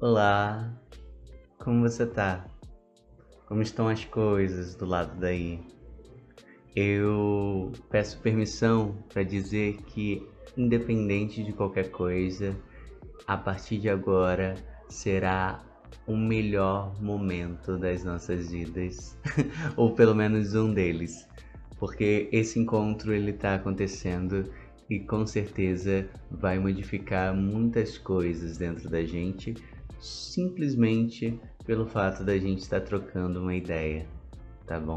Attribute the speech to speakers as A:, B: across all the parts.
A: Olá, como você tá? Como estão as coisas do lado daí? Eu peço permissão para dizer que, independente de qualquer coisa, a partir de agora será o melhor momento das nossas vidas, ou pelo menos um deles, porque esse encontro ele tá acontecendo e com certeza vai modificar muitas coisas dentro da gente, simplesmente pelo fato da gente estar trocando uma ideia, tá bom?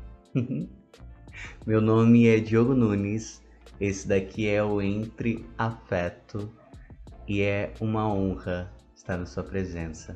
A: Meu nome é Diogo Nunes, esse daqui é o Entre Afeto e é uma honra estar na sua presença.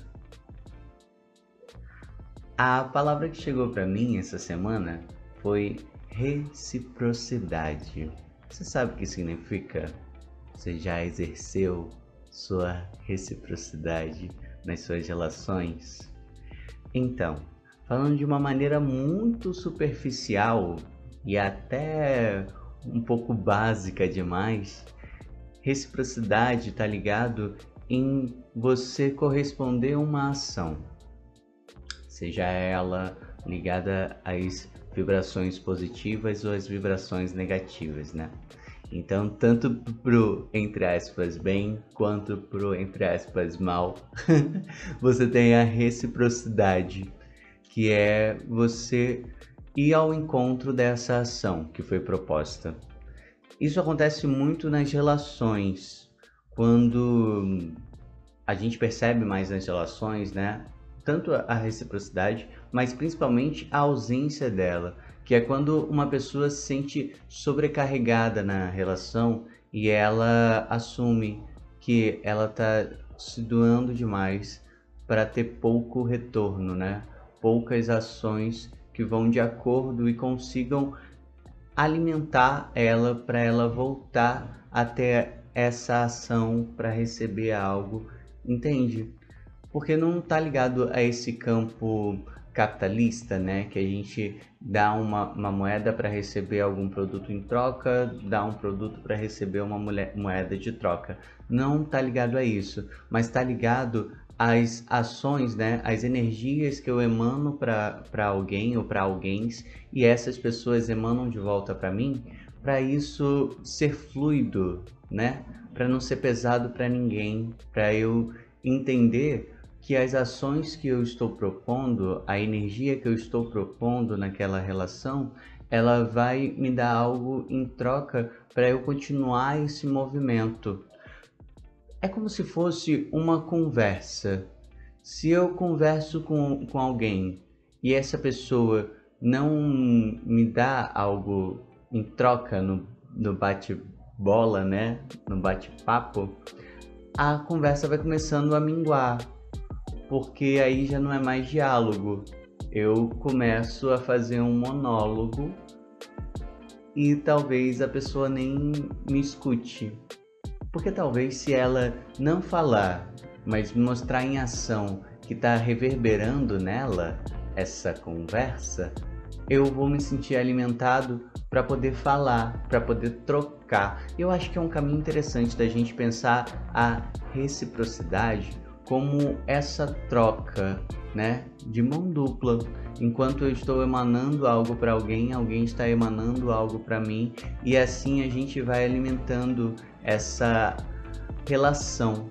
A: A palavra que chegou para mim essa semana foi reciprocidade. Você sabe o que significa? Você já exerceu sua reciprocidade nas suas relações? Então, falando de uma maneira muito superficial e até um pouco básica demais, reciprocidade está ligado em você corresponder a uma ação, seja ela ligada às vibrações positivas ou às vibrações negativas, né? Então, tanto pro, entre aspas, bem, quanto pro, entre aspas, mal, você tem a reciprocidade, que é você ir ao encontro dessa ação que foi proposta. Isso acontece muito nas relações, quando a gente percebe mais nas relações, né? Tanto a reciprocidade, mas principalmente a ausência dela, que é quando uma pessoa se sente sobrecarregada na relação e ela assume que ela está se doando demais para ter pouco retorno, né? Poucas ações que vão de acordo e consigam alimentar ela para ela voltar até essa ação para receber algo, entende? Porque não está ligado a esse campo capitalista, né? Que a gente dá uma moeda para receber algum produto em troca, dá um produto para receber uma moeda de troca. Não está ligado a isso, mas está ligado às ações, né? As energias que eu emano para alguém ou para alguém e essas pessoas emanam de volta para mim, para isso ser fluido, né? Para não ser pesado para ninguém, para eu entender que as ações que eu estou propondo, a energia que eu estou propondo naquela relação, ela vai me dar algo em troca para eu continuar esse movimento. É como se fosse uma conversa. Se eu converso com alguém e essa pessoa não me dá algo em troca no bate-bola, né? No bate-papo, a conversa vai começando a minguar, porque aí já não é mais diálogo. Eu começo a fazer um monólogo e talvez a pessoa nem me escute. Porque talvez se ela não falar, mas mostrar em ação que está reverberando nela essa conversa, eu vou me sentir alimentado para poder falar, para poder trocar. Eu acho que é um caminho interessante da gente pensar a reciprocidade como essa troca, né, de mão dupla. Enquanto eu estou emanando algo para alguém, alguém está emanando algo para mim, e assim a gente vai alimentando essa relação.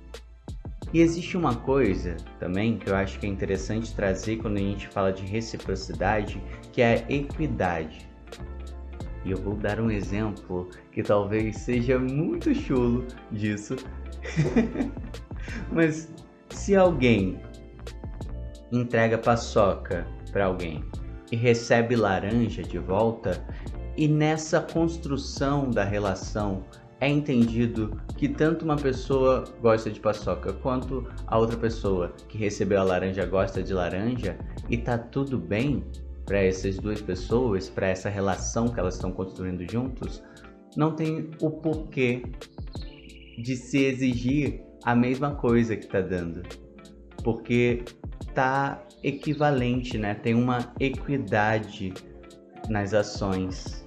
A: E existe uma coisa também que eu acho que é interessante trazer quando a gente fala de reciprocidade, que é a equidade. E eu vou dar um exemplo que talvez seja muito chulo disso. Mas se alguém entrega paçoca para alguém e recebe laranja de volta, e nessa construção da relação é entendido que tanto uma pessoa gosta de paçoca quanto a outra pessoa que recebeu a laranja gosta de laranja, e tá tudo bem para essas duas pessoas, para essa relação que elas estão construindo juntos, não tem o porquê de se exigir a mesma coisa que tá dando, porque tá equivalente, né? Tem uma equidade nas ações.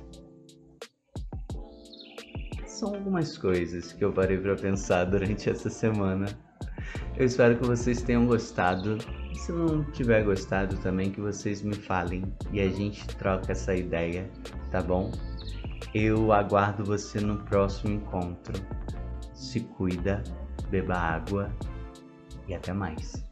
A: São algumas coisas que eu parei para pensar durante essa semana. Eu espero que vocês tenham gostado. E se não tiver gostado também, que vocês me falem e a gente troca essa ideia, tá bom? Eu aguardo você no próximo encontro. Se cuida, beba água e até mais.